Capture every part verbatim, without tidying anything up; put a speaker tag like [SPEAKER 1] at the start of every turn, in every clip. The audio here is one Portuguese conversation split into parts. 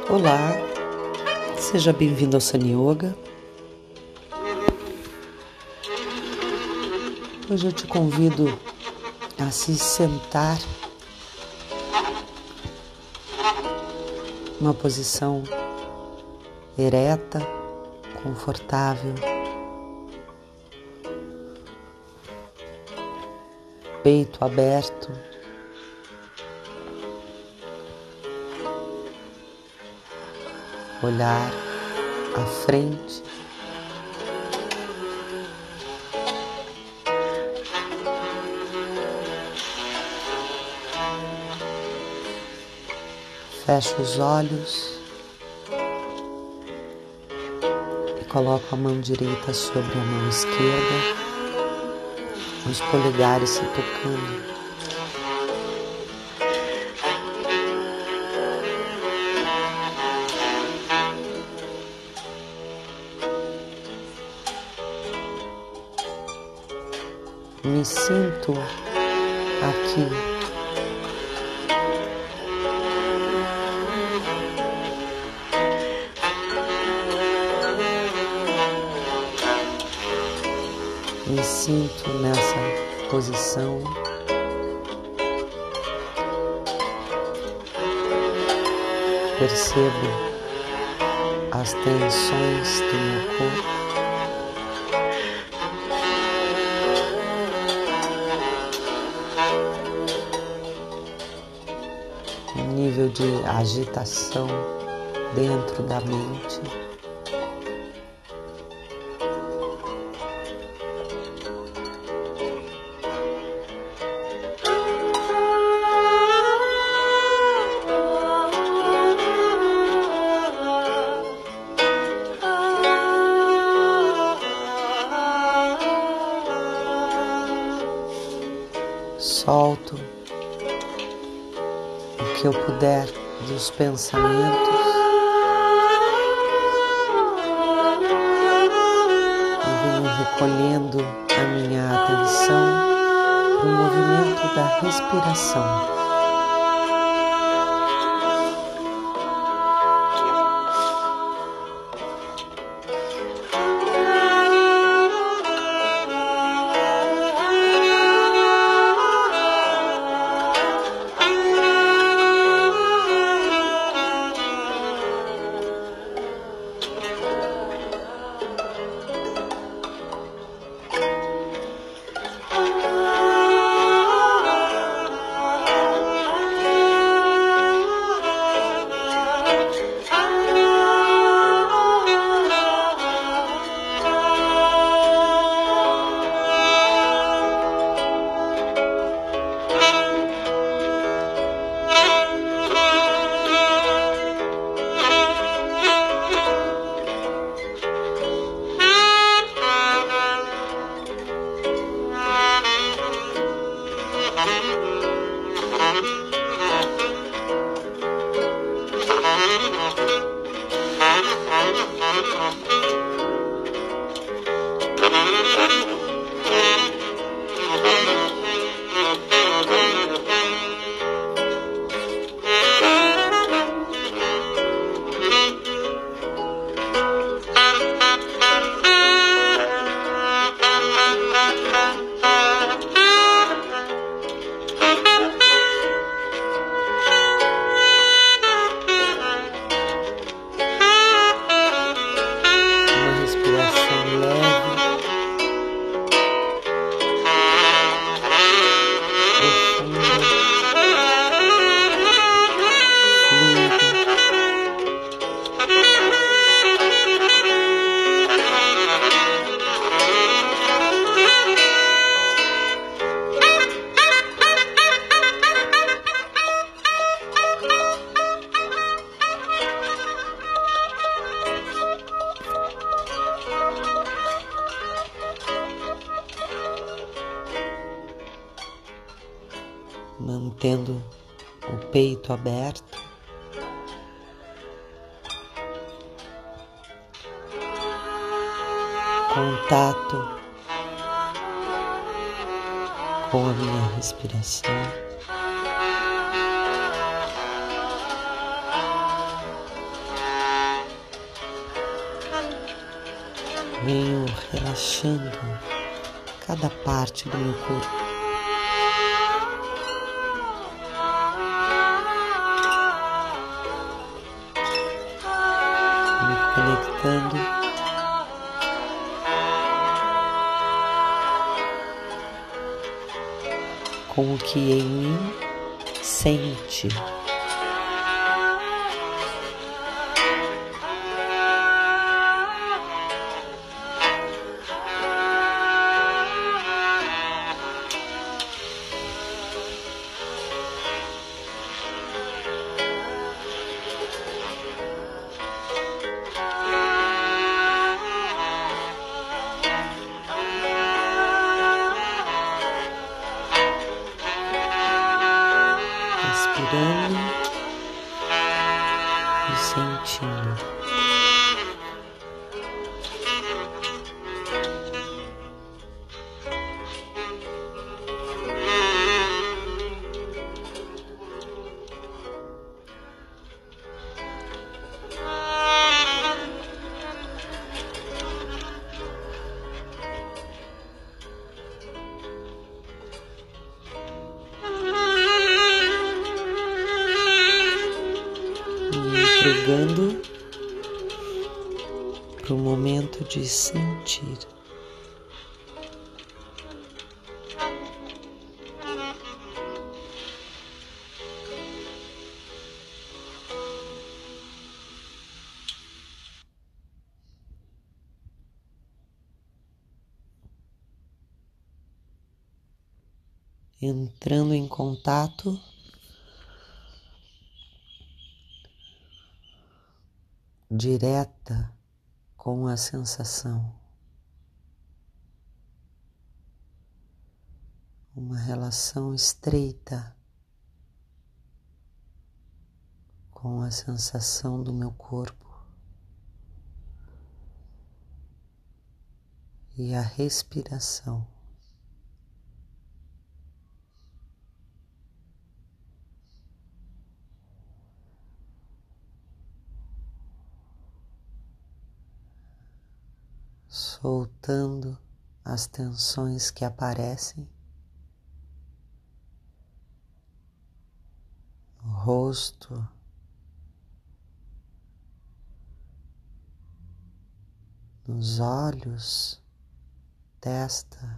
[SPEAKER 1] Olá, seja bem-vindo ao Sun Yoga. Hoje eu te convido a se sentar numa posição ereta, confortável, peito aberto, olhar à frente, fecha os olhos e coloca a mão direita sobre a mão esquerda, os polegares se tocando. Me sinto aqui. Me sinto nessa posição. Percebo as tensões do meu corpo. Nível de agitação dentro da mente. Solto o que eu puder dos pensamentos e venho recolhendo a minha atenção para o movimento da respiração. Mantendo o peito aberto, contato com a minha respiração. relaxando cada parte do meu corpo. Me conectando com o que em mim sente. Respirando e sentindo. Entregando para o momento de sentir. Entrando em contato direta com a sensação, uma relação estreita com a sensação do meu corpo e a respiração. Soltando as tensões que aparecem no rosto, nos olhos, testa,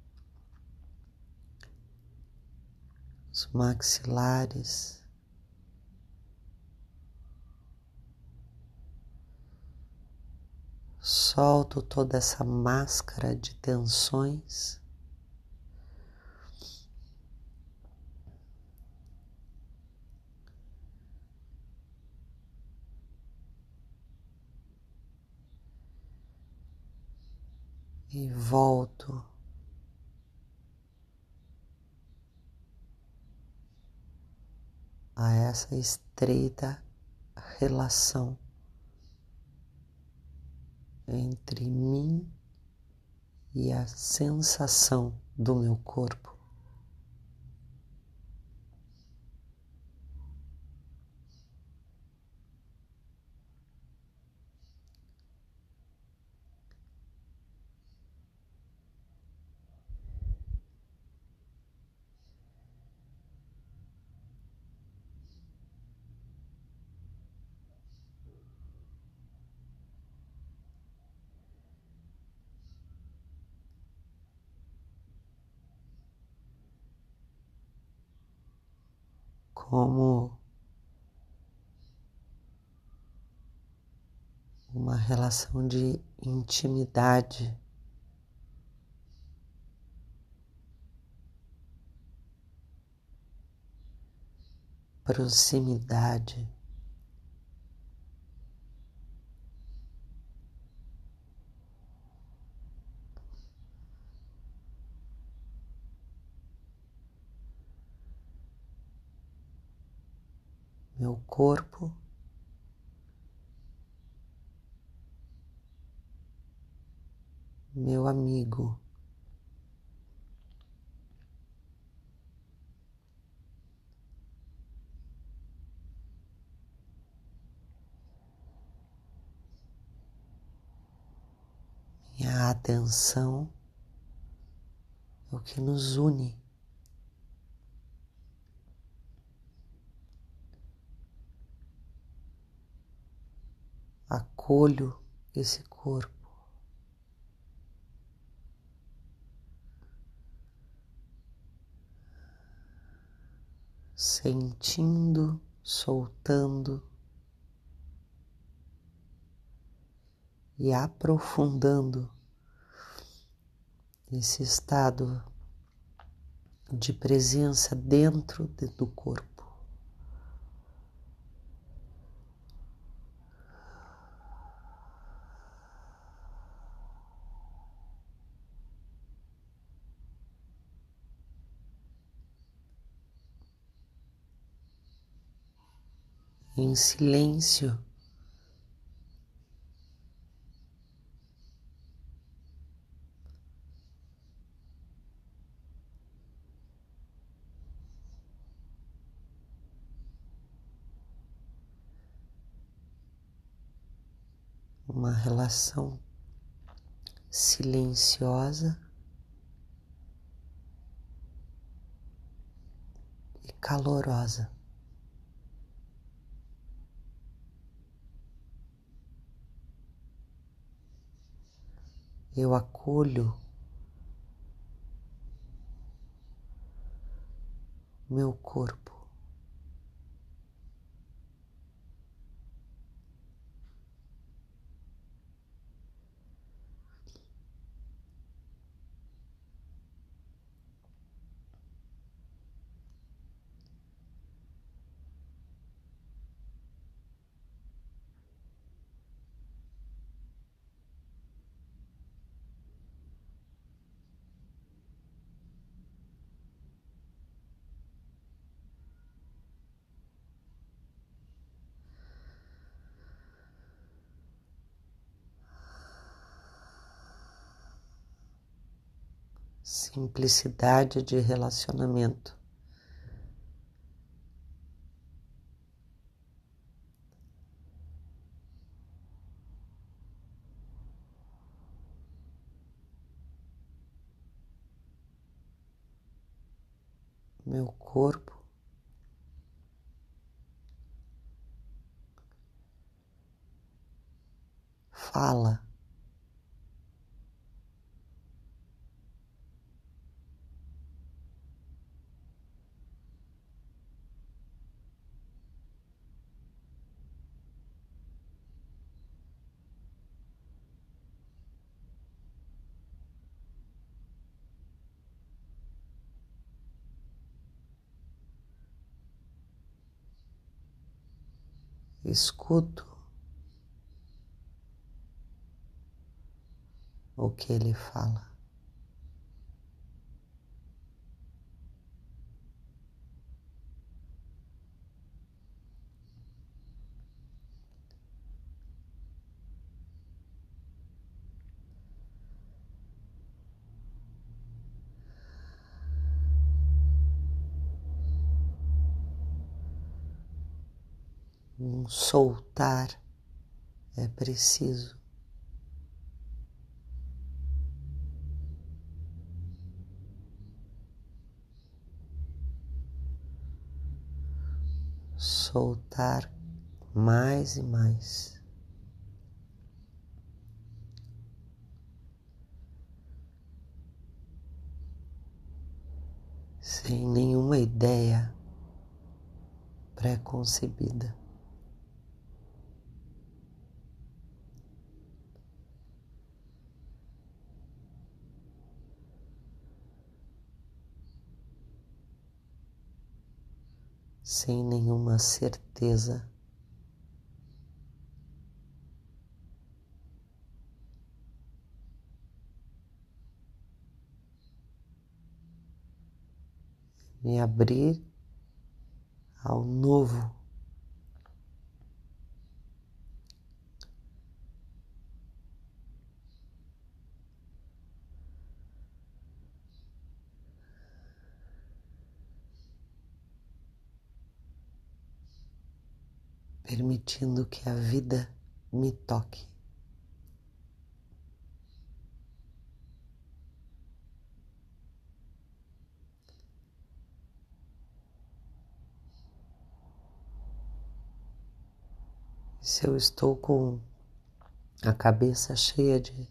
[SPEAKER 1] os maxilares. Solto toda essa máscara de tensões e volto a essa estreita relação entre mim e a sensação do meu corpo. Como uma relação de intimidade, proximidade, meu corpo meu amigo. E a atenção é o que nos une. Acolho esse corpo. Sentindo, soltando e aprofundando esse estado de presença dentro de, do corpo. Em silêncio, uma relação silenciosa e calorosa. Eu acolho meu corpo. Simplicidade de relacionamento. Meu corpo fala. Escuto o que ele fala. Um soltar é preciso. Soltar mais e mais. Sem nenhuma ideia pré-concebida. Sem nenhuma certeza. Me abrir ao novo. Permitindo que a vida me toque. Se eu estou com a cabeça cheia de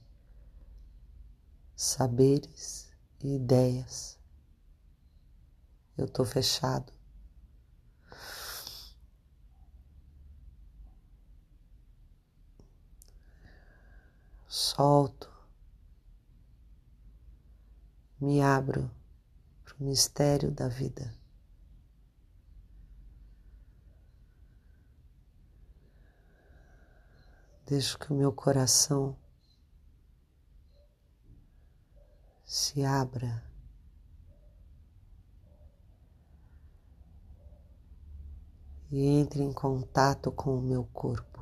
[SPEAKER 1] saberes e ideias, eu estou fechado. Solto, me abro para o mistério da vida. Deixo que o meu coração se abra e entre em contato com o meu corpo.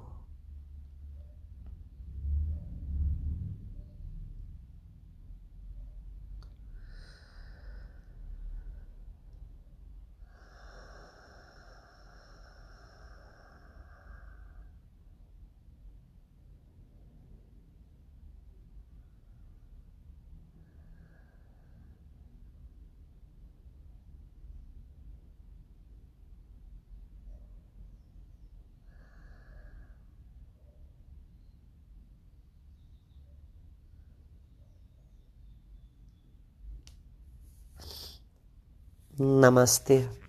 [SPEAKER 1] Namastê.